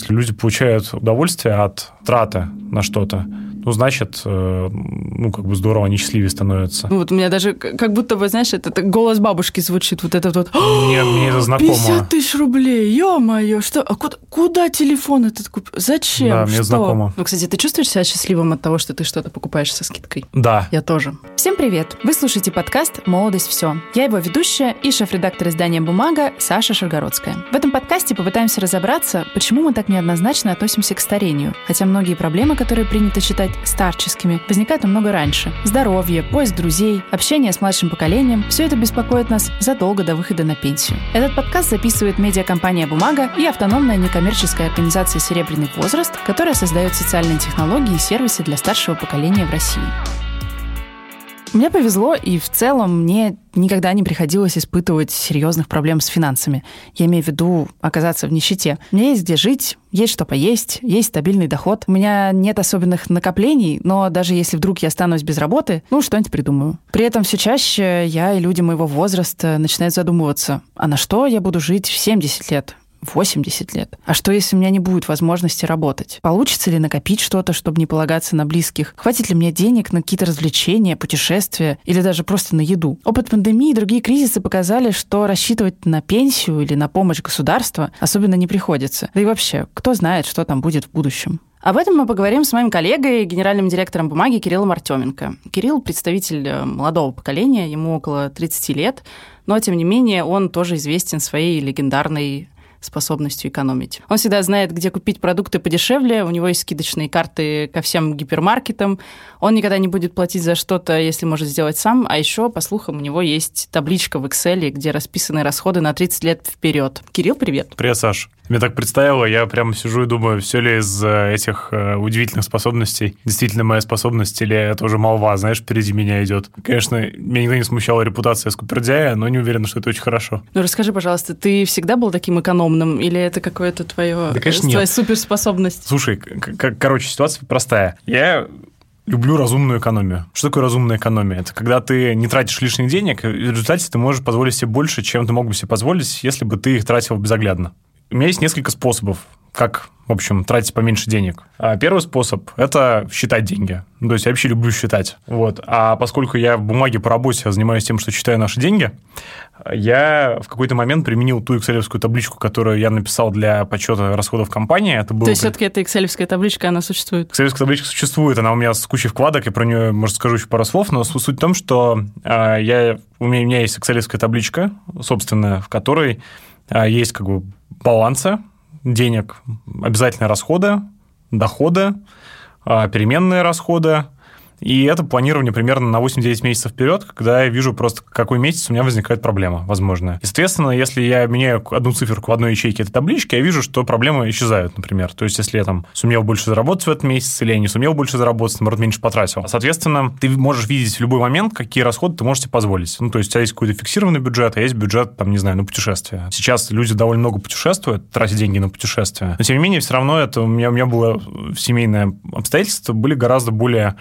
если люди получают удовольствие от траты на что-то, ну, значит, здорово, они счастливее становятся. Вот у меня даже как будто бы, знаешь, это голос бабушки звучит, вот этот вот. Мне это знакомо. 50 тысяч рублей, ё-моё, что? А куда телефон этот купил? Зачем? Да, мне знакомо. Ну, кстати, ты чувствуешь себя счастливым от того, что ты что-то покупаешь со скидкой? Да. Я тоже. Всем привет! Вы слушаете подкаст «Молодость. Все». Я его ведущая и шеф-редактор издания «Бумага» Саша Шаргородская. В этом подкасте попытаемся разобраться, почему мы так неоднозначно относимся к старению, хотя многие проблемы, которые принято считать старческими, возникают намного раньше. Здоровье, поиск друзей, общение с младшим поколением – все это беспокоит нас задолго до выхода на пенсию. Этот подкаст записывает медиакомпания «Бумага» и автономная некоммерческая организация «Серебряный возраст», которая создает социальные технологии и сервисы для старшего поколения в России. Мне повезло, и в целом мне никогда не приходилось испытывать серьезных проблем с финансами. Я имею в виду оказаться в нищете. У меня есть где жить, есть что поесть, есть стабильный доход. У меня нет особенных накоплений, но даже если вдруг я останусь без работы, что-нибудь придумаю. При этом все чаще я и люди моего возраста начинают задумываться, а на что я буду жить в 70 лет? 80 лет. А что, если у меня не будет возможности работать? Получится ли накопить что-то, чтобы не полагаться на близких? Хватит ли мне денег на какие-то развлечения, путешествия или даже просто на еду? Опыт пандемии и другие кризисы показали, что рассчитывать на пенсию или на помощь государства особенно не приходится. Да и вообще, кто знает, что там будет в будущем? Об этом мы поговорим с моим коллегой, генеральным директором «Бумаги» Кириллом Артеменко. Кирилл – представитель молодого поколения, ему около 30 лет, но, тем не менее, он тоже известен своей легендарной способностью экономить. Он всегда знает, где купить продукты подешевле, у него есть скидочные карты ко всем гипермаркетам, он никогда не будет платить за что-то, если может сделать сам, а еще, по слухам, у него есть табличка в Excel, где расписаны расходы на 30 лет вперед. Кирилл, привет. Привет, Саш. Мне так представило, я прямо сижу и думаю, все ли из этих удивительных способностей действительно моя способность, или это уже молва, знаешь, впереди меня идет. Конечно, меня никогда не смущала репутация скупердяя, но не уверен, что это очень хорошо. Ну, расскажи, пожалуйста, ты всегда был таким экономным, или это какое-то твоя суперспособность? Слушай, короче, ситуация простая. Я люблю разумную экономию. Что такое разумная экономия? Это когда ты не тратишь лишних денег, и в результате ты можешь позволить себе больше, чем ты мог бы себе позволить, если бы ты их тратил безоглядно. У меня есть несколько способов, как, в общем, тратить поменьше денег. Первый способ – это считать деньги. То есть я вообще люблю считать. Вот. А поскольку я в бумаге по работе занимаюсь тем, что считаю наши деньги, я в какой-то момент применил ту экселевскую табличку, которую я написал для подсчета расходов компании. Это было... То есть все-таки эта экселевская табличка, она существует? Экселевская табличка существует, она у меня с кучей вкладок, и про нее, может, скажу еще пару слов, но суть в том, что у меня есть экселевская табличка собственная, в которой есть как бы балансы денег, обязательные расходы, доходы, переменные расходы. И это планирование примерно на 8-9 месяцев вперед, когда я вижу просто, какой месяц у меня возникает проблема, возможно. И, соответственно, если я меняю одну циферку в одной ячейке этой таблички, я вижу, что проблемы исчезают, например. То есть, если я там сумел больше заработать в этот месяц, или я не сумел больше заработать, наоборот, меньше потратил. Соответственно, ты можешь видеть в любой момент, какие расходы ты можешь себе позволить. То есть, у тебя есть какой-то фиксированный бюджет, а есть бюджет, там, не знаю, на путешествия. Сейчас люди довольно много путешествуют, тратят деньги на путешествия. Но, тем не менее, все равно это у меня было семейное обстоятельство, были гораздо более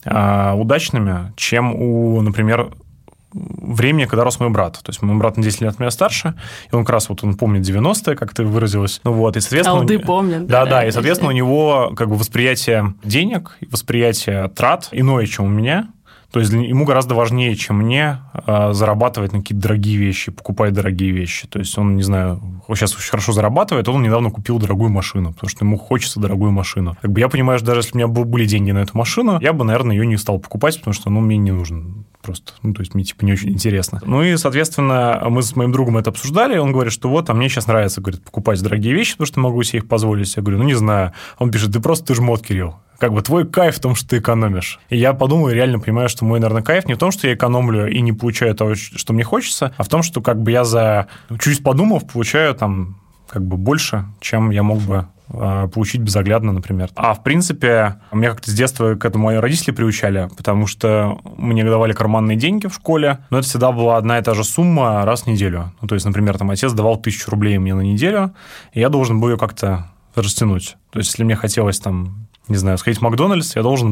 удачными, чем у, например, времени, когда рос мой брат. То есть мой брат на 10 лет от меня старше, и он как раз он помнит 90-е, как ты выразилась. И, соответственно... Алды помнят. Да, и, соответственно, у него как бы восприятие денег, восприятие трат иное, чем у меня. То есть ему гораздо важнее, чем мне, зарабатывать на какие-то дорогие вещи, покупать дорогие вещи. То есть он, не знаю, сейчас очень хорошо зарабатывает, он недавно купил дорогую машину, потому что ему хочется дорогую машину. Как бы я понимаю, что даже если у меня были деньги на эту машину, я бы, наверное, ее не стал покупать, потому что мне не нужен просто. То есть мне не очень интересно. И, соответственно, мы с моим другом это обсуждали, и он говорит, что а мне сейчас нравится, говорит, покупать дорогие вещи, потому что могу себе их позволить. Я говорю, не знаю. Он пишет, ты жмот, Кирилл. Как бы твой кайф в том, что ты экономишь. И я подумал и реально понимаю, что мой, наверное, кайф не в том, что я экономлю и не получаю того, что мне хочется, а в том, что как бы я чуть подумав, получаю там как бы больше, чем я мог бы получить безоглядно, например. А в принципе, меня как-то с детства к этому мои родители приучали, потому что мне давали карманные деньги в школе, но это всегда была одна и та же сумма раз в неделю. То есть, например, там отец давал 1000 рублей мне на неделю, и я должен был ее как-то растянуть. То есть, если мне хотелось там, не знаю, сходить в Макдональдс, я должен был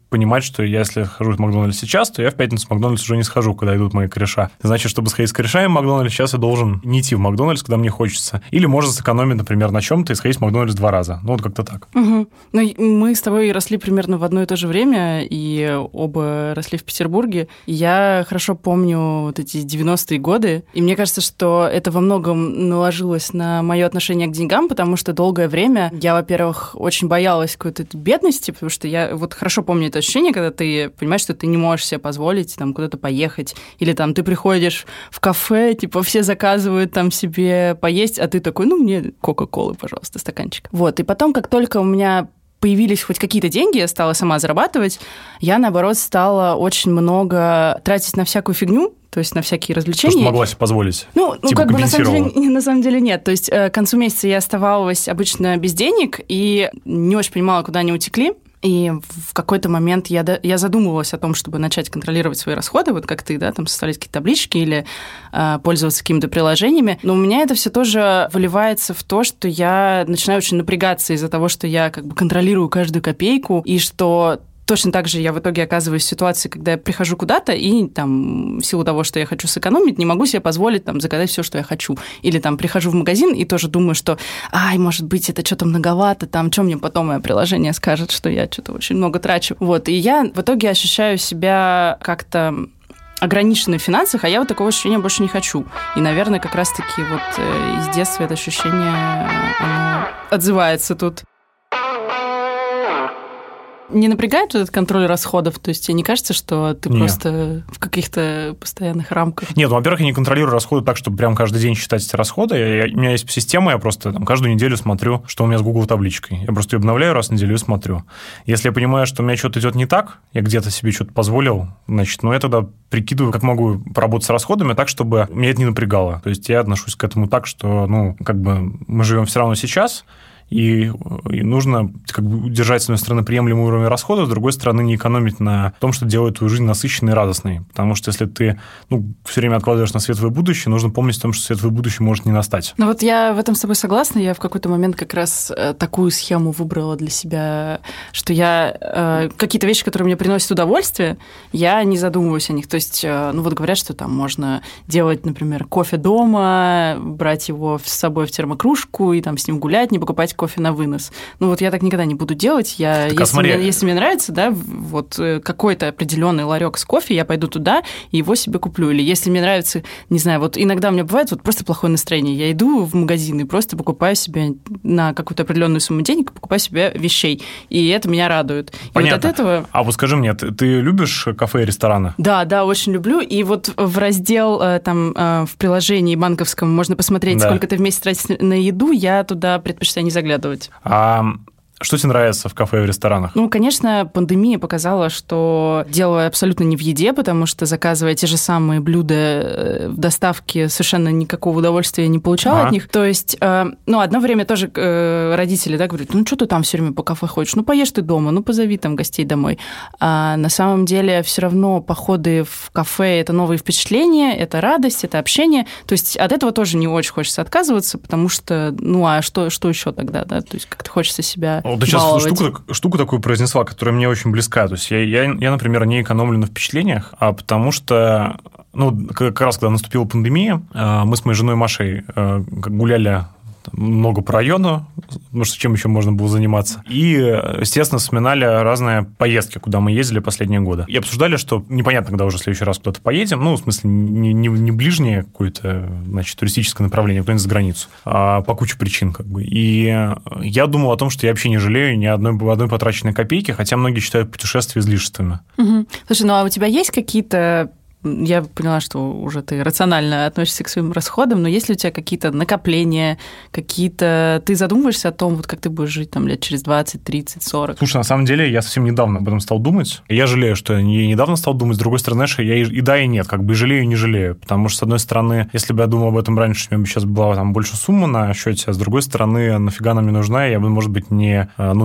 понимать, что если хожу в Макдональдс сейчас, то я в пятницу в Макдональдс уже не схожу, когда идут мои кореша. Значит, чтобы сходить с корешами в Макдональдс, сейчас я должен не идти в Макдональдс, когда мне хочется. Или можно сэкономить, например, на чем-то и сходить в Макдональдс 2 раза. Ну, вот как-то так. Ну, мы с тобой росли примерно в одно и то же время, и оба росли в Петербурге. Я хорошо помню вот эти 90-е годы, и мне кажется, что это во многом наложилось на мое отношение к деньгам, потому что долгое время я, во-первых, очень боялась какой-то бедности, потому что я вот хорошо помню это ощущение, когда ты понимаешь, что ты не можешь себе позволить там куда-то поехать, или там ты приходишь в кафе, типа все заказывают там себе поесть, а ты такой, ну, мне Кока-Колы, пожалуйста, стаканчик. Вот, и потом, как только у меня появились хоть какие-то деньги, я стала сама зарабатывать, я, наоборот, стала очень много тратить на всякую фигню, то есть на всякие развлечения. То, что могла себе позволить. Ну типа как бы на самом деле нет. То есть к концу месяца я оставалась обычно без денег и не очень понимала, куда они утекли. И в какой-то момент я задумывалась о том, чтобы начать контролировать свои расходы, вот как ты, да, там составлять какие-то таблички или пользоваться какими-то приложениями. Но у меня это все тоже выливается в то, что я начинаю очень напрягаться из-за того, что я как бы контролирую каждую копейку, и что точно так же я в итоге оказываюсь в ситуации, когда я прихожу куда-то и там в силу того, что я хочу сэкономить, не могу себе позволить там заказать все, что я хочу. Или там прихожу в магазин и тоже думаю, что может быть, это что-то многовато, там, что мне потом мое приложение скажет, что я что-то очень много трачу. Вот, и я в итоге ощущаю себя как-то ограниченной в финансах, а я вот такого ощущения больше не хочу. И, наверное, как раз-таки вот из детства это ощущение оно отзывается тут. Не напрягает этот контроль расходов? То есть тебе не кажется, что ты просто в каких-то постоянных рамках? Нет, во-первых, я не контролирую расходы так, чтобы прям каждый день считать эти расходы. У меня есть система, я просто там каждую неделю смотрю, что у меня с Google табличкой. Я просто ее обновляю раз в неделю и смотрю. Если я понимаю, что у меня что-то идет не так, я где-то себе что-то позволил, значит, я тогда прикидываю, как могу поработать с расходами так, чтобы меня это не напрягало. То есть я отношусь к этому так, что, мы живем все равно сейчас, и нужно как бы держать, с одной стороны, приемлемый уровень расходов, с другой стороны, не экономить на том, что делает твою жизнь насыщенной и радостной. Потому что если ты все время откладываешь на светлое будущее, нужно помнить о том, что светлое будущее может не настать. Ну вот я в этом с тобой согласна. Я в какой-то момент как раз такую схему выбрала для себя, что я какие-то вещи, которые мне приносят удовольствие, я не задумываюсь о них. То есть, говорят, что там можно делать, например, кофе дома, брать его с собой в термокружку и там с ним гулять, не покупать кофе на вынос. Я так никогда не буду делать. Если мне нравится, да, вот какой-то определенный ларек с кофе, я пойду туда и его себе куплю. Или если мне нравится, не знаю, вот иногда у меня бывает вот просто плохое настроение. Я иду в магазин и просто покупаю себе на какую-то определенную сумму денег, покупаю себе вещей. И это меня радует. Понятно. И вот от этого... А вот скажи мне, ты любишь кафе и рестораны? Да, очень люблю. И вот в раздел там в приложении банковском можно посмотреть, сколько ты в месяц тратишь на еду. Я туда предпочитаю не заглядывать. А что тебе нравится в кафе и в ресторанах? Конечно, пандемия показала, что дело абсолютно не в еде, потому что, заказывая те же самые блюда в доставке, совершенно никакого удовольствия не получала от них. То есть, одно время тоже родители говорят, что ты там все время по кафе ходишь? Поешь ты дома, позови там гостей домой. А на самом деле все равно походы в кафе – это новые впечатления, это радость, это общение. То есть от этого тоже не очень хочется отказываться, потому что, что еще тогда, да? То есть как-то хочется себя... Вот ты сейчас штуку такую произнесла, которая мне очень близка. То есть я, например, не экономлю на впечатлениях, потому что, как раз когда наступила пандемия, мы с моей женой Машей гуляли много по району, потому что чем еще можно было заниматься. И, естественно, вспоминали разные поездки, куда мы ездили последние годы. И обсуждали, что непонятно, когда уже в следующий раз куда-то поедем. В смысле, не ближнее какое-то, туристическое направление, а куда-нибудь за границу. А по куче причин, как бы. И я думал о том, что я вообще не жалею ни одной потраченной копейки, хотя многие считают путешествия излишествами. Угу. Слушай, а у тебя есть какие-то... Я поняла, что уже ты рационально относишься к своим расходам, но есть ли у тебя какие-то накопления, ты задумываешься о том, как ты будешь жить там лет через 20, 30, 40? Слушай, на самом деле я совсем недавно об этом стал думать. Я жалею, что я недавно стал думать. С другой стороны, я и да, и нет. И жалею, и не жалею. Потому что, с одной стороны, если бы я думал об этом раньше, у меня бы сейчас была там больше сумма на счете, а с другой стороны, нафига она мне нужна, я бы, может быть, не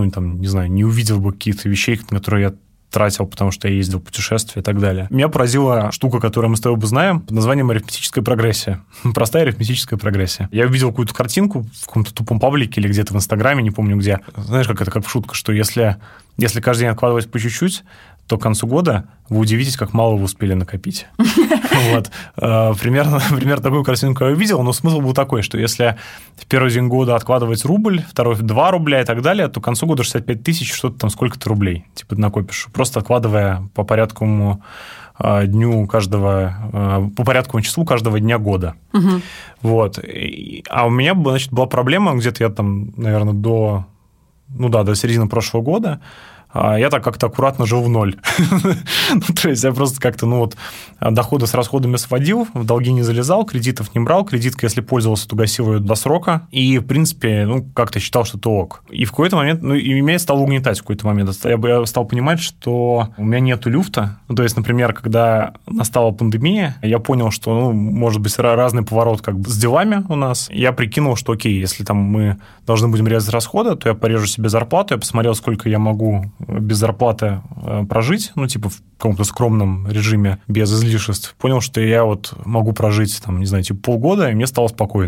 увидел бы каких-то вещей, на которые я тратил, потому что я ездил в путешествия и так далее. Меня поразила штука, которую мы с тобой знаем, под названием арифметическая прогрессия. Простая арифметическая прогрессия. Я увидел какую-то картинку в каком-то тупом паблике или где-то в Инстаграме, не помню где. Знаешь, как в шутка, что если каждый день откладывать по чуть-чуть, то к концу года вы удивитесь, как мало вы успели накопить. Вот. Примерно такую картинку я увидел, но смысл был такой, что если в первый день года откладывать рубль, второй 2 рубля и так далее, то к концу года 65 тысяч, что-то там сколько-то рублей типа накопишь, просто откладывая по порядковому дню каждого, по порядковому числу каждого дня года. Угу. Вот. А у меня, значит, была проблема, где-то я там, наверное, до середины прошлого года, я так как-то аккуратно жил в ноль. То есть я просто как-то, доходы с расходами сводил, в долги не залезал, кредитов не брал, кредиткой, если пользовался, то гасил ее до срока. И, в принципе, как-то считал, что это ок. И в какой-то момент, и меня стало угнетать в какой-то момент. Я стал понимать, что у меня нету люфта. То есть, например, когда настала пандемия, я понял, что, может быть, разный поворот как бы с делами у нас. Я прикинул, что окей, если там мы должны будем резать расходы, то я порежу себе зарплату, я посмотрел, сколько я могу без зарплаты прожить, в каком-то скромном режиме, без излишеств. Понял, что я могу прожить, полгода, и мне стало спокойно.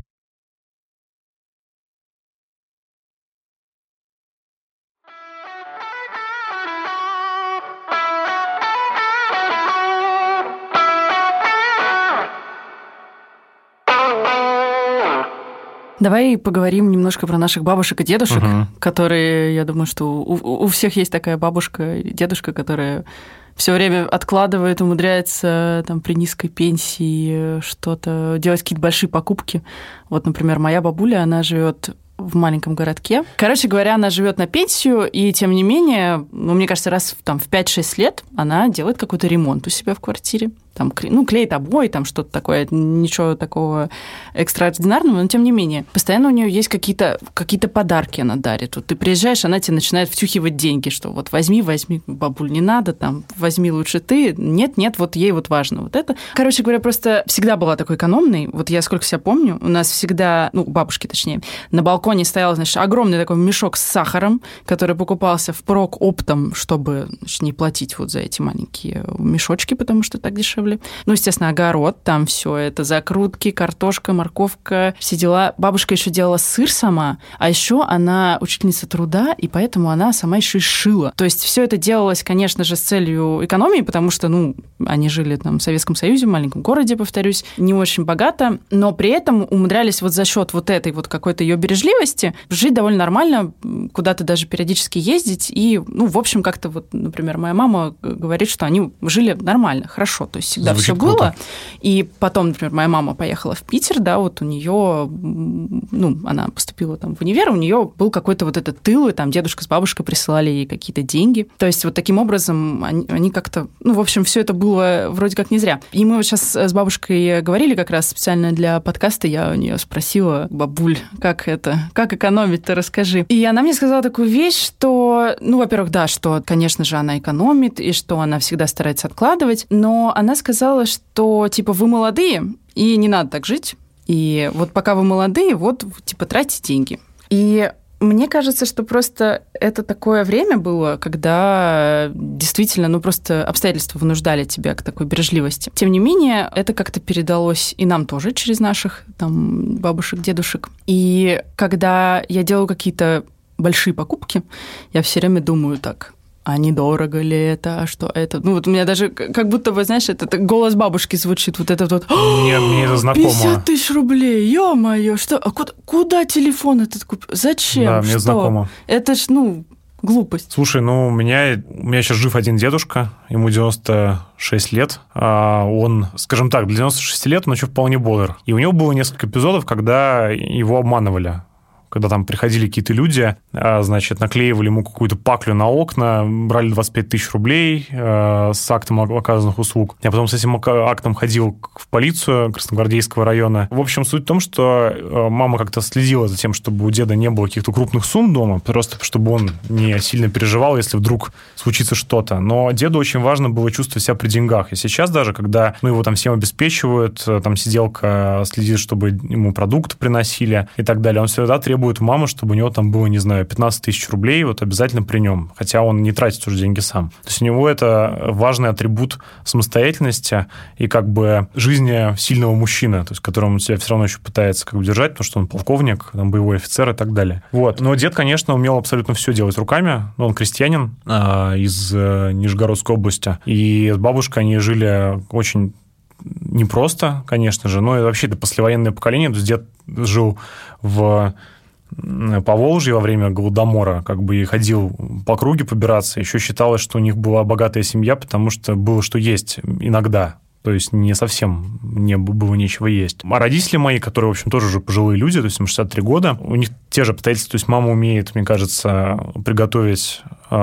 Давай поговорим немножко про наших бабушек и дедушек, которые, я думаю, что у всех есть такая бабушка и дедушка, которая все время откладывает, умудряется при низкой пенсии что-то делать, какие-то большие покупки. Вот, например, моя бабуля, она живет в маленьком городке. Короче говоря, она живет на пенсию, и тем не менее, мне кажется, раз в 5-6 лет она делает какой-то ремонт у себя в квартире. Клеит обои, что-то такое, ничего такого экстраординарного, но тем не менее. Постоянно у нее есть какие-то подарки она дарит. Вот ты приезжаешь, она тебе начинает втюхивать деньги, что возьми, бабуль, не надо, возьми лучше ты. Нет, вот ей важно это. Короче говоря, просто всегда была такой экономной. Вот я сколько себя помню, у нас всегда, бабушки точнее, на балконе стоял, огромный такой мешок с сахаром, который покупался впрок оптом, чтобы, не платить за эти маленькие мешочки, потому что так дешевле. Естественно, огород, там все это закрутки, картошка, морковка, все дела. Бабушка еще делала сыр сама, а еще она учительница труда, и поэтому она сама еще и шила. То есть все это делалось, конечно же, с целью экономии, потому что, они жили в Советском Союзе, в маленьком городе, повторюсь, не очень богато, но при этом умудрялись за счет этой какой-то ее бережливости жить довольно нормально, куда-то даже периодически ездить, и, в общем, как-то например, моя мама говорит, что они жили нормально, хорошо, то есть всегда все было. И потом, например, моя мама поехала в Питер, у нее, она поступила в универ, у нее был какой-то этот тыл, и дедушка с бабушкой присылали ей какие-то деньги. То есть таким образом они как-то, в общем, все это было вроде как не зря. И мы сейчас с бабушкой говорили как раз специально для подкаста, я у нее спросила: бабуль, как экономить-то, расскажи. И она мне сказала такую вещь, что, во-первых, да, что, конечно же, она экономит, и что она всегда старается откладывать, но она сказала, что, вы молодые, и не надо так жить, и пока вы молодые, тратьте деньги. И мне кажется, что просто это такое время было, когда действительно, просто обстоятельства вынуждали тебя к такой бережливости. Тем не менее, это как-то передалось и нам тоже через наших бабушек, дедушек. И когда я делаю какие-то большие покупки, я все время думаю так: а недорого ли это, а что это? У меня даже как будто бы, знаешь, это голос бабушки звучит, мне это знакомо. 50 тысяч рублей, ё-моё, что? А куда телефон этот купил? Зачем? Да, мне знакомо. Это ж, глупость. Слушай, у меня сейчас жив один дедушка, ему 96 лет, а он, скажем так, для 96 лет он еще вполне бодр. И у него было несколько эпизодов, когда его обманывали. Когда приходили какие-то люди, наклеивали ему какую-то паклю на окна, брали 25 тысяч рублей с актом оказанных услуг. Я потом с этим актом ходил в полицию Красногвардейского района. В общем, суть в том, что мама как-то следила за тем, чтобы у деда не было каких-то крупных сумм дома, просто чтобы он не сильно переживал, если вдруг случится что-то. Но деду очень важно было чувствовать себя при деньгах. И сейчас даже, когда его всем обеспечивают, сиделка следит, чтобы ему продукты приносили и так далее, он всегда требует требует у мамы, чтобы у него там было, не знаю, 15 тысяч рублей, вот обязательно при нем, хотя он не тратит уже деньги сам. То есть у него это важный атрибут самостоятельности и как бы жизни сильного мужчины, то есть которым он себя все равно еще пытается как бы держать, потому что он полковник, там, боевой офицер и так далее. Вот. Но дед, конечно, умел абсолютно все делать руками. Он крестьянин из Нижегородской области. И с бабушкой они жили очень непросто, конечно же, но и вообще это послевоенное поколение. То есть дед жил в Поволжье во время Голодомора, как бы и ходил по округе побираться. Еще считалось, что у них была богатая семья, потому что было что есть иногда. То есть не совсем не было нечего есть. А родители мои, которые, в общем, тоже уже пожилые люди, то есть им 63 года, у них те же обстоятельства. То есть мама умеет, мне кажется, приготовить,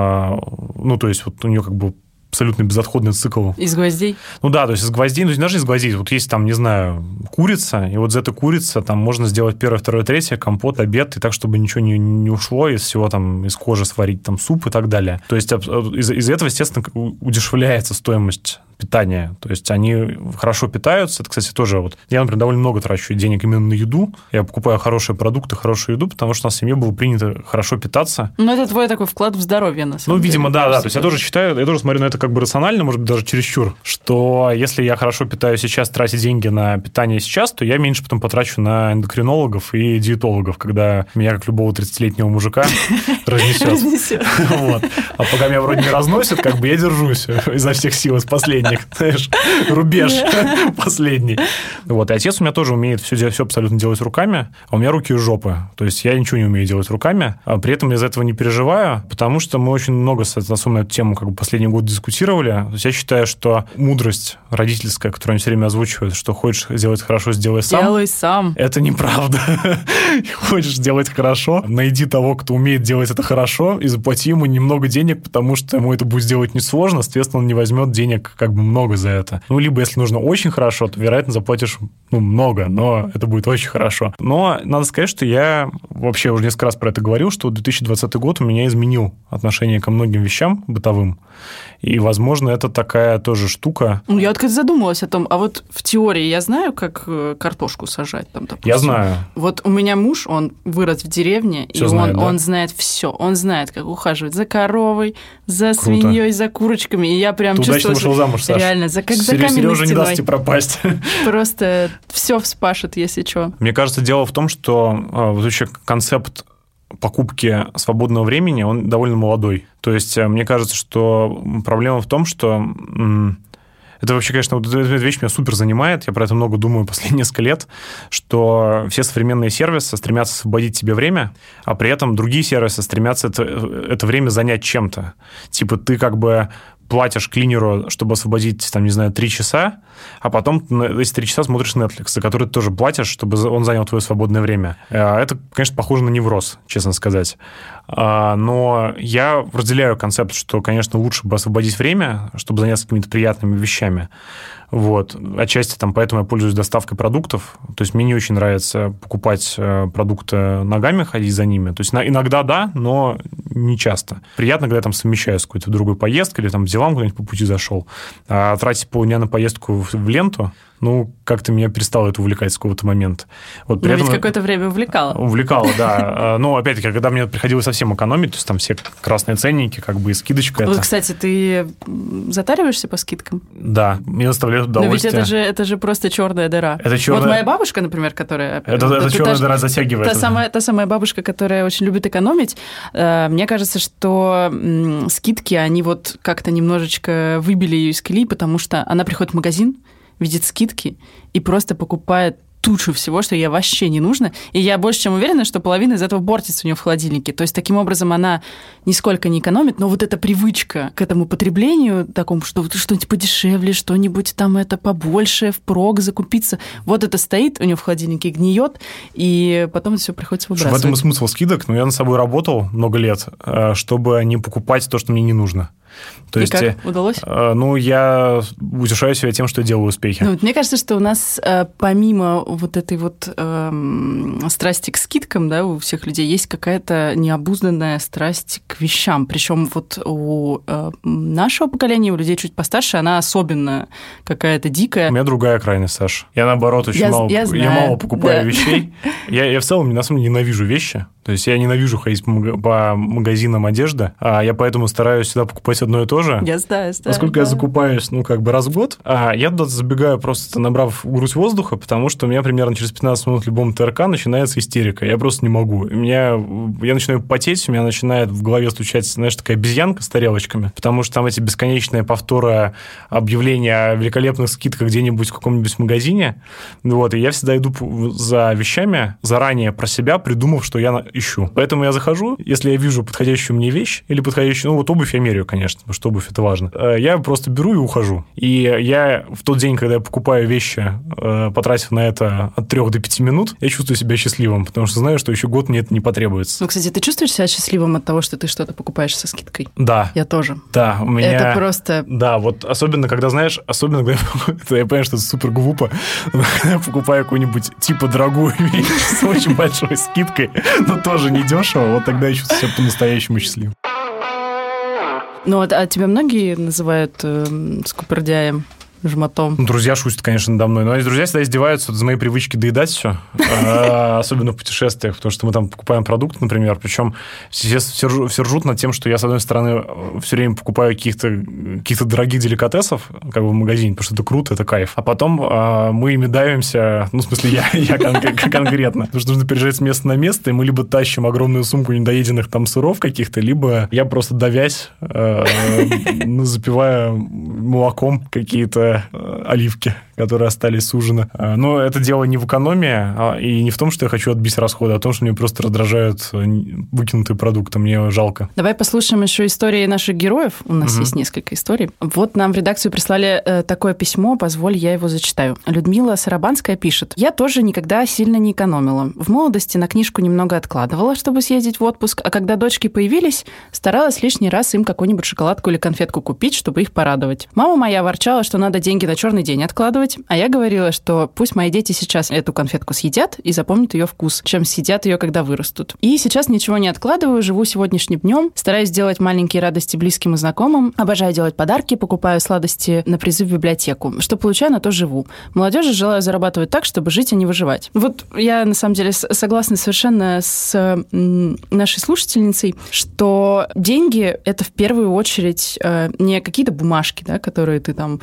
ну, то есть вот у нее как бы абсолютно безотходный цикл. Из гвоздей? Ну да, то есть из гвоздей, ну даже из гвоздей. Вот есть там, не знаю, курица, и вот из этой курицы там можно сделать первое, второе, третье, компот, обед, и так, чтобы ничего не ушло, из всего там, из кожи сварить там суп и так далее. То есть из этого, естественно, удешевляется стоимость питания. То есть они хорошо питаются. Это, кстати, тоже вот... Я, например, довольно много трачу денег именно на еду. Я покупаю хорошие продукты, хорошую еду, потому что у нас в семье было принято хорошо питаться. Ну, это твой такой вклад в здоровье, на самом деле. Ну, видимо, да. То есть я тоже считаю, я тоже смотрю на это как бы рационально, может быть, даже чересчур, что если я хорошо питаюсь сейчас, тратить деньги на питание сейчас, то я меньше потом потрачу на эндокринологов и диетологов, когда меня, как любого 30-летнего мужика, разнесет. А пока меня вроде не разносят, как бы я держусь изо всех сил, из последних. Знаешь, рубеж последний. Вот. И отец у меня тоже умеет все абсолютно делать руками, а у меня руки из жопы. То есть я ничего не умею делать руками, а при этом я из-за этого не переживаю, потому что мы очень много, особенно эту тему как бы последний год дискутировали. То есть я считаю, что мудрость родительская, которую они все время озвучивают, что хочешь сделать хорошо, сделай сам. Делай сам. Это неправда. Хочешь делать хорошо, найди того, кто умеет делать это хорошо, и заплати ему немного денег, потому что ему это будет сделать несложно, соответственно, он не возьмет денег как бы много за это. Ну, либо если нужно очень хорошо, то, вероятно, заплатишь много, но это будет очень хорошо. Но надо сказать, что я вообще уже несколько раз про это говорил, что 2020 год у меня изменил отношение ко многим вещам бытовым. И, возможно, это такая тоже штука. Ну, я как-то задумалась о том, а вот в теории я знаю, как картошку сажать там, допустим. Я знаю. Вот у меня муж, он вырос в деревне, всё и знает, он знает все. Он знает, как ухаживать за коровой, за свиньей, за курочками. И я прям чувствую... Удачно вышел замуж, Саша. Реально, за каменной стеной. Сережа не даст тебе пропасть. Просто все вспашет, если что. Мне кажется, дело в том, что вообще концепт покупки свободного времени, он довольно молодой. То есть, мне кажется, что проблема в том, что... Это вообще, конечно, вот эта вещь меня супер занимает, я про это много думаю последние несколько лет, что все современные сервисы стремятся освободить тебе время, а при этом другие сервисы стремятся это время занять чем-то. Типа ты как бы платишь клинеру, чтобы освободить, там, не знаю, 3 часа, а потом эти 3 часа смотришь Netflix, за который ты тоже платишь, чтобы он занял твое свободное время. Это, конечно, похоже на невроз, честно сказать. Но я разделяю концепт, что, конечно, лучше бы освободить время, чтобы заняться какими-то приятными вещами. Вот. Отчасти там, поэтому я пользуюсь доставкой продуктов. То есть мне не очень нравится покупать продукты ногами, ходить за ними. То есть иногда да, но не часто. Приятно, когда я там совмещаю с какой-то другой поездкой или там делам куда-нибудь по пути зашел. А тратить полдня на поездку в ленту, ну, как-то меня перестало это увлекать с какого-то момента. Вот, но ведь какое-то время увлекало. Увлекало, да. Но, опять-таки, когда мне приходилось совсем экономить, то есть там все красные ценники, как бы и скидочка. Вот, кстати, ты затариваешься по скидкам? Да, мне доставляет удовольствие. Но ведь это же просто черная дыра. Это черная... Вот моя бабушка, например, которая... Это черная дыра затягивает. Та самая бабушка, которая очень любит экономить. Мне кажется, что скидки, они вот как-то немножечко выбили ее из колеи, потому что она приходит в магазин, видит скидки и просто покупает тучу всего, что ей вообще не нужно. И я больше чем уверена, что половина из этого портится у нее в холодильнике. То есть таким образом она нисколько не экономит, но вот эта привычка к этому потреблению, такому, что что-нибудь подешевле, что-нибудь там это побольше, впрок закупиться, вот это стоит у нее в холодильнике, гниет, и потом это все приходится выбрасывать. В этом и смысл скидок. Но я над собой работал много лет, чтобы не покупать то, что мне не нужно. То есть, как? Удалось? Я утешаю себя тем, что я делаю успехи. Мне кажется, что у нас помимо вот этой вот страсти к скидкам, да, у всех людей есть какая-то необузданная страсть к вещам. Причем вот у нашего поколения, у людей чуть постарше, она особенно какая-то дикая. У меня другая крайность, Саша. Я, наоборот, очень мало покупаю вещей. Я в целом, на самом деле, ненавижу вещи. То есть я ненавижу ходить по магазинам одежды, а я поэтому стараюсь всегда покупать одно и то же. Я знаю. Поскольку я закупаюсь, раз в год, я туда забегаю, просто набрав грудь воздуха, потому что у меня примерно через 15 минут в любом ТРК начинается истерика. Я просто не могу. Я начинаю потеть, у меня начинает в голове стучать, знаешь, такая обезьянка с тарелочками, потому что там эти бесконечные повторы объявления о великолепных скидках где-нибудь в каком-нибудь магазине. И я всегда иду за вещами, заранее про себя придумав, что я ищу. Поэтому я захожу, если я вижу подходящую мне вещь или подходящую... обувь я меряю, конечно, потому что обувь – это важно. Я просто беру и ухожу. И я в тот день, когда я покупаю вещи, потратив на это от 3 до 5 минут, я чувствую себя счастливым, потому что знаю, что еще год мне это не потребуется. Кстати, ты чувствуешь себя счастливым от того, что ты что-то покупаешь со скидкой? Да. Я тоже. Да, у меня... Это просто... Да, особенно, когда, когда я понимаю, что это супер глупо, но когда я покупаю какую-нибудь типа дорогую вещь с очень большой скидкой, но тоже недешево, тогда я чувствую себя по-настоящему счастливым. А тебя многие называют скупердяем? Жмотом. Друзья шутят, конечно, надо мной. Но друзья всегда издеваются за мои привычки доедать все, особенно в путешествиях, потому что мы там покупаем продукты, например, причем все ржут над тем, что я, с одной стороны, все время покупаю каких-то дорогих деликатесов в магазине, потому что это круто, это кайф. А потом мы ими давимся, в смысле, я конкретно, потому что нужно переезжать с места на место, и мы либо тащим огромную сумку недоеденных там сыров каких-то, либо я просто давясь, запивая молоком какие-то оливки, которые остались с ужина. Но это дело не в экономии и не в том, что я хочу отбить расходы, а в том, что мне просто раздражают выкинутые продукты. Мне жалко. Давай послушаем еще истории наших героев. У нас есть несколько историй. Нам в редакцию прислали такое письмо, позволь, я его зачитаю. Людмила Сарабанская пишет. Я тоже никогда сильно не экономила. В молодости на книжку немного откладывала, чтобы съездить в отпуск, а когда дочки появились, старалась лишний раз им какую-нибудь шоколадку или конфетку купить, чтобы их порадовать. Мама моя ворчала, что надо деньги на черный день откладывать, а я говорила, что пусть мои дети сейчас эту конфетку съедят и запомнят ее вкус, чем съедят ее, когда вырастут. И сейчас ничего не откладываю, живу сегодняшним днем, стараюсь делать маленькие радости близким и знакомым, обожаю делать подарки, покупаю сладости на призы в библиотеку. Что получаю, на то живу. Молодежи желаю зарабатывать так, чтобы жить, а не выживать. Я, на самом деле, согласна совершенно с нашей слушательницей, что деньги – это в первую очередь не какие-то бумажки, да, которые ты там...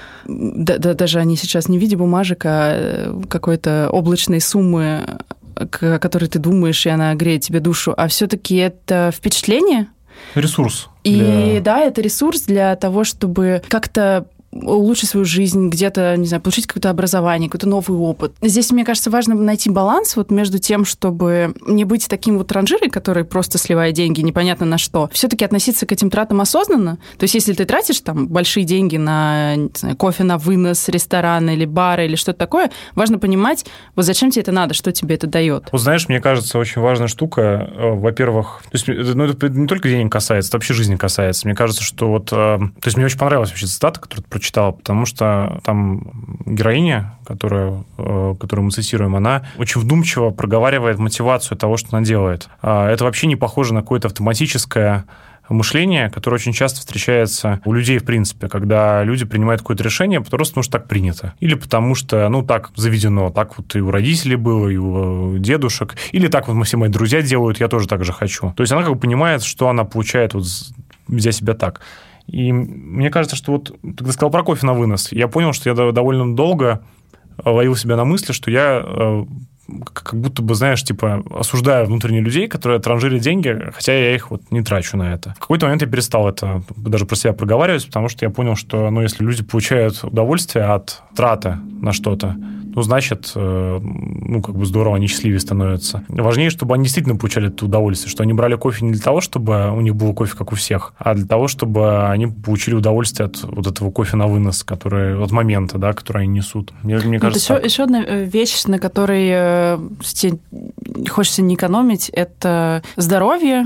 даже они сейчас не в виде бумажек, а какой-то облачной суммы, о которой ты думаешь, и она греет тебе душу, а все-таки это впечатление. Ресурс. И да, это ресурс для того, чтобы как-то улучшить свою жизнь, где-то, не знаю, получить какое-то образование, какой-то новый опыт. Здесь, мне кажется, важно найти баланс между тем, чтобы не быть таким транжирой, который просто сливает деньги непонятно на что, все-таки относиться к этим тратам осознанно. То есть, если ты тратишь там большие деньги на, не знаю, кофе на вынос, рестораны или бары или что-то такое, важно понимать, зачем тебе это надо, что тебе это дает. Знаешь, мне кажется, очень важная штука, во-первых, то есть, это не только денег касается, это вообще жизни касается. Мне кажется, что то есть, мне очень понравилась вообще цитата, которую ты прочитала, потому что там героиня, которую мы цитируем, она очень вдумчиво проговаривает мотивацию того, что она делает. Это вообще не похоже на какое-то автоматическое мышление, которое очень часто встречается у людей, в принципе, когда люди принимают какое-то решение просто потому, что так принято. Или потому что, так заведено, так и у родителей было, и у дедушек. Или так все мои друзья делают, я тоже так же хочу. То есть она понимает, что она получает, ведя себя так. И мне кажется, что ты сказал про кофе на вынос. Я понял, что я довольно долго ловил себя на мысли, что я как будто бы, знаешь, осуждаю внутренне людей, которые транжирят деньги, хотя я их не трачу на это. В какой-то момент я перестал это даже про себя проговаривать, потому что я понял, что, если люди получают удовольствие от траты на что-то, значит, здорово, они счастливее становятся. Важнее, чтобы они действительно получали это удовольствие, что они брали кофе не для того, чтобы у них был кофе, как у всех, а для того, чтобы они получили удовольствие от этого кофе на вынос, от момента, да, который они несут. Мне кажется, еще одна вещь, на которой хочется не экономить, это здоровье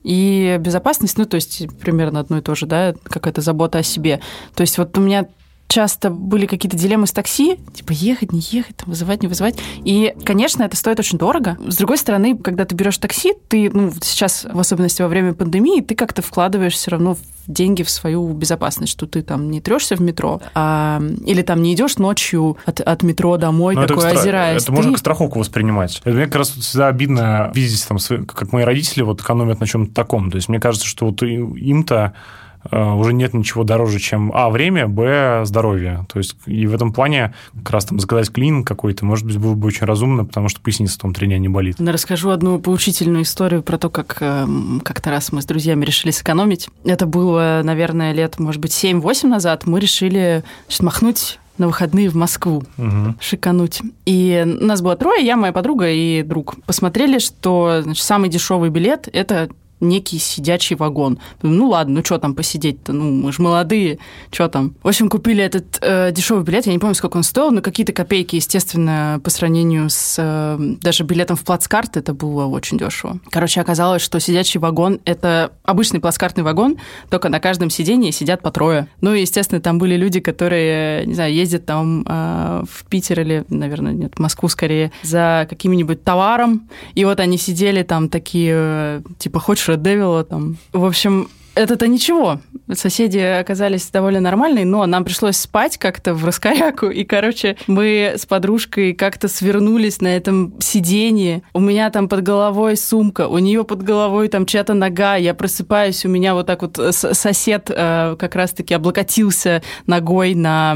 и безопасность, ну, то есть примерно одно и то же, да, какая-то забота о себе. То есть вот у меня часто были какие-то дилеммы с такси, типа ехать, не ехать, там, вызывать, не вызывать. И, конечно, это стоит очень дорого. С другой стороны, когда ты берешь такси, ты, ну, сейчас, в особенности во время пандемии, ты как-то вкладываешь все равно деньги в свою безопасность, что ты там не трешься в метро, или там не идешь ночью от метро домой, такой озираясь. Это можно как страховку воспринимать. Мне как раз всегда обидно видеть, там, как мои родители вот экономят на чем-то таком. То есть мне кажется, что вот им-то уже нет ничего дороже, чем время, здоровье. То есть и в этом плане как раз там заказать клининг какой-то, может быть, было бы очень разумно, потому что поясница там 3 дня не болит. Я расскажу одну поучительную историю про то, как как-то раз мы с друзьями решили сэкономить. Это было, наверное, лет, может быть, 7-8 назад. Мы решили махнуть на выходные в Москву, шикануть. И нас было 3, я, моя подруга и друг. Посмотрели, что, значит, самый дешевый билет – это некий сидячий вагон. Ну ладно, ну что там посидеть-то, ну мы же молодые, что там. В общем, купили этот дешевый билет, я не помню, сколько он стоил, но какие-то копейки, естественно, по сравнению с даже билетом в плацкарт, это было очень дешево. Короче, оказалось, что сидячий вагон – это обычный плацкартный вагон, только на каждом сидении сидят по 3. Ну и, естественно, там были люди, которые, не знаю, ездят там в Питер или, наверное, нет, в Москву скорее, за каким-нибудь товаром, и вот они сидели там такие, типа, хочешь Red Devil там. В общем, это-то ничего. Соседи оказались довольно нормальные, но нам пришлось спать как-то в раскоряку. И, короче, мы с подружкой как-то свернулись на этом сиденье. У меня там под головой сумка, у нее под головой там чья-то нога. Я просыпаюсь, у меня вот так вот сосед как раз-таки облокотился ногой на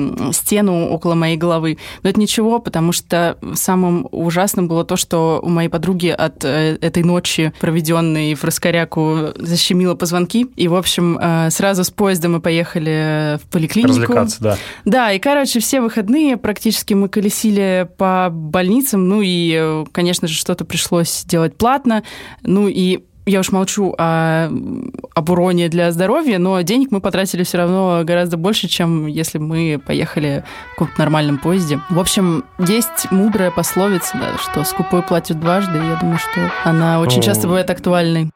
стену около моей головы. Но это ничего, потому что самым ужасным было то, что у моей подруги от этой ночи, проведенной в раскоряку, защемило позвонки. И, в общем, сразу с поезда мы поехали в поликлинику. Развлекаться, да. Да, и, короче, все выходные практически мы колесили по больницам, ну и, конечно же, что-то пришлось делать платно, ну и я уж молчу об уроне для здоровья, но денег мы потратили все равно гораздо больше, чем если мы поехали в каком-то нормальном поезде. В общем, есть мудрая пословица, да, что скупой платит дважды, и я думаю, что она очень часто бывает актуальной.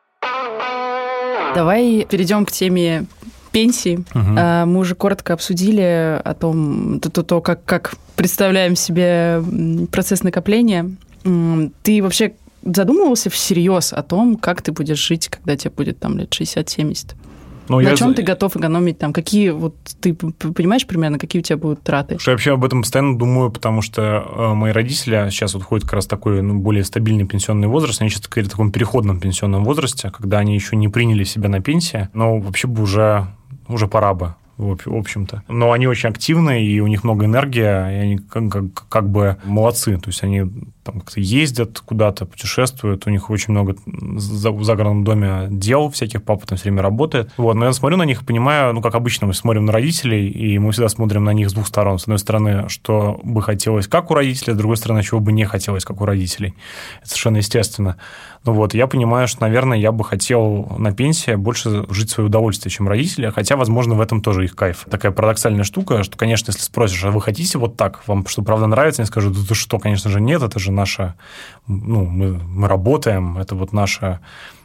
Давай перейдем к теме пенсии. Мы уже коротко обсудили о том, как представляем себе процесс накопления. Ты вообще задумывался всерьез о том, как ты будешь жить, когда тебе будет там лет 60-70? На чем ты готов экономить? Там, какие, вот ты понимаешь примерно, какие у тебя будут траты? Я вообще об этом постоянно думаю, потому что мои родители сейчас вот ходят как раз такой более стабильный пенсионный возраст. Они сейчас в таком переходном пенсионном возрасте, когда они еще не приняли себя на пенсию, но вообще бы уже пора бы. В общем-то. Но они очень активны, и у них много энергии, и они как бы молодцы. То есть они там как-то ездят куда-то, путешествуют, у них очень много в загородном доме дел всяких, папа там все время работает. Вот. Но я смотрю на них и понимаю, ну, как обычно, мы смотрим на родителей, и мы всегда смотрим на них с двух сторон. С одной стороны, что бы хотелось, как у родителей, с другой стороны, чего бы не хотелось, как у родителей. Это совершенно естественно. Ну вот, я понимаю, что, наверное, я бы хотел на пенсии больше жить в свое удовольствие, чем родители, хотя, возможно, в этом тоже их кайф. Такая парадоксальная штука, что, конечно, если спросишь, а вы хотите вот так, вам что, правда нравится? Они скажут, да ты что, конечно же, нет, это же наша, ну, мы работаем, это вот наша,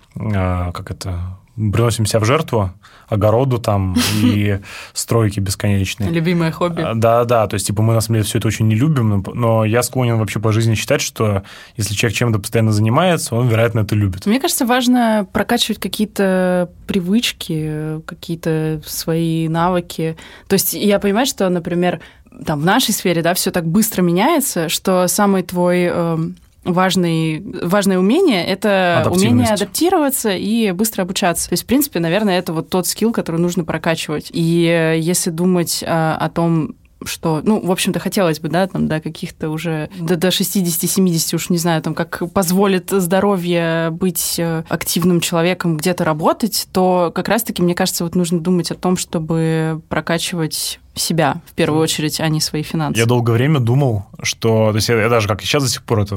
приносим себя в жертву огороду там и стройки бесконечные. Любимое хобби. Да, то есть, типа, мы, на самом деле, все это очень не любим, но я склонен вообще по жизни считать, что если человек чем-то постоянно занимается, он, вероятно, это любит. Мне кажется, важно прокачивать какие-то привычки, какие-то свои навыки. То есть я понимаю, что, например, там в нашей сфере, да, все так быстро меняется, что самый твой важное умение – это умение адаптироваться и быстро обучаться. То есть, в принципе, наверное, это вот тот скилл, который нужно прокачивать. И если думать о том, что, ну, в общем-то, хотелось бы, да, там, до каких-то уже, до 60-70, уж не знаю, там, как позволит здоровье быть активным человеком, где-то работать, то как раз-таки, мне кажется, вот нужно думать о том, чтобы прокачивать себя, в первую очередь, а не свои финансы. Я долгое время думал, что... То есть я даже, как и сейчас до сих пор это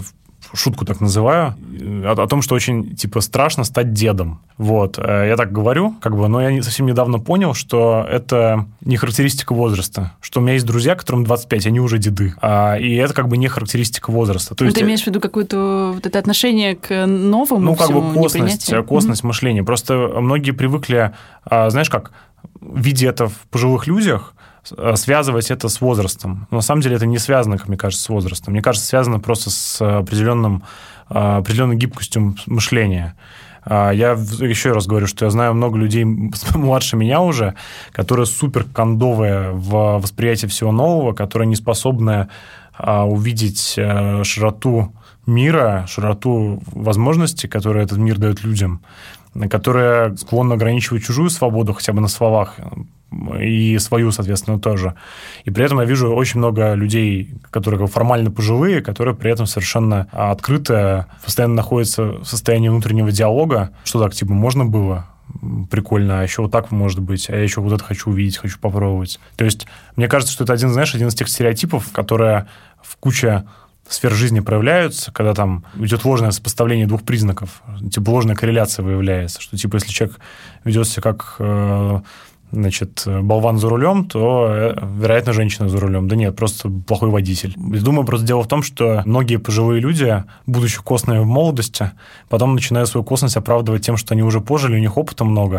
шутку так называю, о том, что очень, страшно стать дедом. Вот. Я так говорю, но я совсем недавно понял, что это не характеристика возраста. Что у меня есть друзья, которым 25, они уже деды. И это не характеристика возраста. То есть, ты имеешь в виду какое-то это отношение к новому всему, косность мышления. Просто многие привыкли, знаешь как, видя это в пожилых людях, связывать это с возрастом. Но на самом деле это не связано, как мне кажется, с возрастом. Мне кажется, связано просто с определенной гибкостью мышления. Я еще раз говорю, что я знаю много людей младше меня уже, которые супер кондовые в восприятии всего нового, которые не способны увидеть широту мира, широту возможностей, которые этот мир дает людям, которые склонны ограничивать чужую свободу хотя бы на словах, и свою, соответственно, тоже. И при этом я вижу очень много людей, которые формально пожилые, которые при этом совершенно открыто, постоянно находятся в состоянии внутреннего диалога, что так, можно было, прикольно, а еще вот так может быть, а я еще вот это хочу увидеть, хочу попробовать. То есть, мне кажется, что это один из тех стереотипов, которые в куче сфер жизни проявляются, когда там идет ложное сопоставление двух признаков, ложная корреляция выявляется, что, если человек ведет себя как болван за рулем, то, вероятно, женщина за рулем. Да нет, просто плохой водитель. Думаю, просто дело в том, что многие пожилые люди, будучи костными в молодости, потом начинают свою косность оправдывать тем, что они уже пожили, у них опыта много.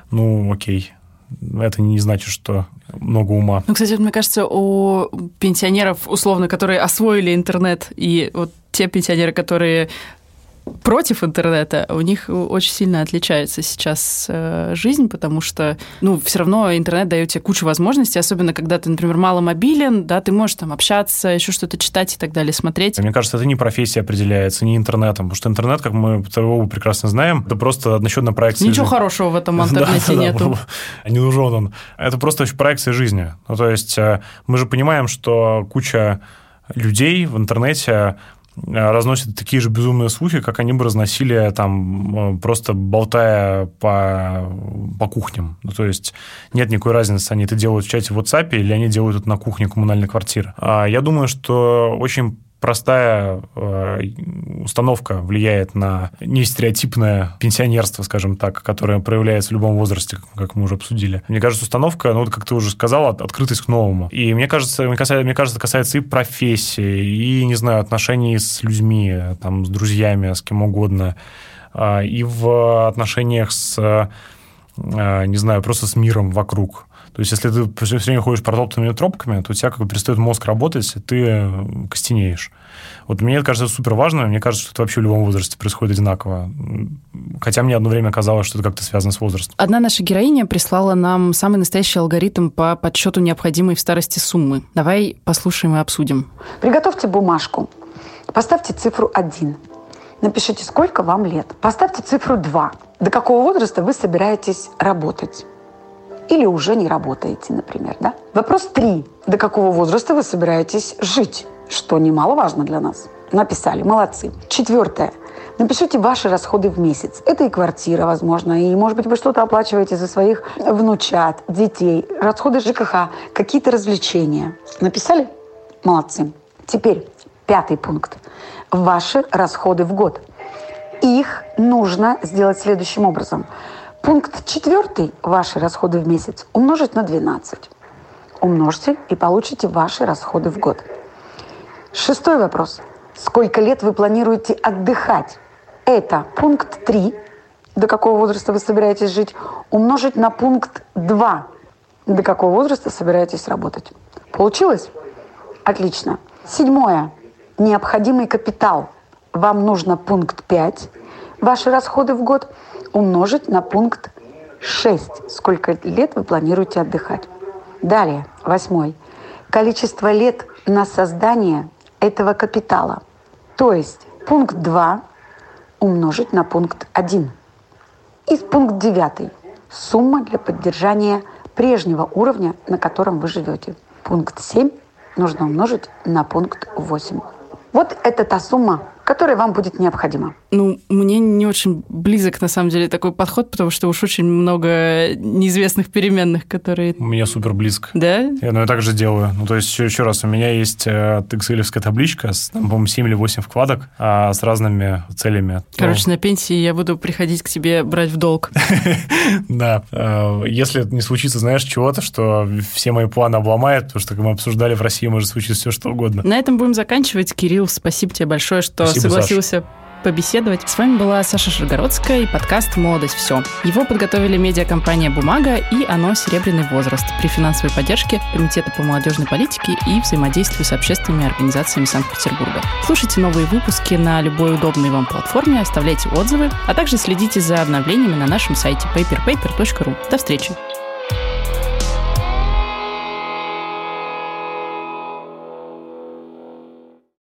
Окей. Это не значит, что много ума. Кстати, мне кажется, у пенсионеров, условно, которые освоили интернет, и вот те пенсионеры, которые против интернета, у них очень сильно отличается сейчас жизнь, потому что, все равно интернет дает тебе кучу возможностей, особенно когда ты, например, маломобилен, да, ты можешь там общаться, еще что-то читать и так далее, смотреть. Мне кажется, это не профессия определяется, не интернетом, потому что интернет, как мы оба прекрасно знаем, это просто одночетная проекция Ничего жизни. Хорошего в этом интернете нету. Не нужен он. Это просто проекция жизни. То есть мы же понимаем, что куча людей в интернете разносят такие же безумные слухи, как они бы разносили там, просто болтая по кухням. То есть нет никакой разницы, они это делают в чате в WhatsApp или они делают это на кухне коммунальной квартиры. Я думаю, что очень простая установка влияет на нестереотипное пенсионерство, скажем так, которое проявляется в любом возрасте, как мы уже обсудили. Мне кажется, установка, как ты уже сказал, открытость к новому. И мне кажется, это касается и профессии, и, не знаю, отношений с людьми, там, с друзьями, с кем угодно, и в отношениях с, не знаю, просто с миром вокруг. То есть, если ты все время ходишь протоптанными тропками, то у тебя перестает мозг работать, и ты костенеешь. Вот мне это кажется супер важно. Мне кажется, что это вообще в любом возрасте происходит одинаково. Хотя мне одно время казалось, что это как-то связано с возрастом. Одна наша героиня прислала нам самый настоящий алгоритм по подсчету необходимой в старости суммы. Давай послушаем и обсудим. Приготовьте бумажку. Поставьте цифру 1. Напишите, сколько вам лет. Поставьте цифру 2. До какого возраста вы собираетесь работать? Или уже не работаете, например, да? Вопрос 3. До какого возраста вы собираетесь жить? Что немаловажно для нас. Написали, молодцы. 4. Напишите ваши расходы в месяц. Это и квартира, возможно, и, может быть, вы что-то оплачиваете за своих внучат, детей, расходы ЖКХ, какие-то развлечения. Написали? Молодцы. Теперь 5 пункт. Ваши расходы в год. Их нужно сделать следующим образом. Пункт 4. Ваши расходы в месяц умножить на 12. Умножьте и получите ваши расходы в год. 6 вопрос. Сколько лет вы планируете отдыхать? Это пункт 3. До какого возраста вы собираетесь жить? Умножить на пункт 2. До какого возраста собираетесь работать? Получилось? Отлично. 7. Необходимый капитал. Вам нужно пункт 5. Ваши расходы в год умножить на пункт 6. Сколько лет вы планируете отдыхать? Далее, 8. Количество лет на создание этого капитала. То есть пункт 2 умножить на пункт 1. И пункт 9. Сумма для поддержания прежнего уровня, на котором вы живете. Пункт 7 нужно умножить на пункт 8. Вот это та сумма, которое вам будет необходимо. Мне не очень близок, на самом деле, такой подход, потому что уж очень много неизвестных переменных, которые... У меня супер близко. Да? Я так же делаю. То есть, еще раз, у меня есть excel-овская табличка с, по-моему, 7 или 8 вкладок с разными целями. Короче, на пенсии я буду приходить к тебе брать в долг. Да. Если не случится, знаешь, чего-то, что все мои планы обломает, потому что, как мы обсуждали, в России может случиться все, что угодно. На этом будем заканчивать. Кирилл, спасибо тебе большое, что согласился побеседовать. С вами была Саша Шаргородская и подкаст «Молодость. Все». Его подготовили медиакомпания «Бумага» и ОНО «Серебряный возраст» при финансовой поддержке Комитета по молодежной политике и взаимодействию с общественными организациями Санкт-Петербурга. Слушайте новые выпуски на любой удобной вам платформе, оставляйте отзывы, а также следите за обновлениями на нашем сайте paperpaper.ru. До встречи!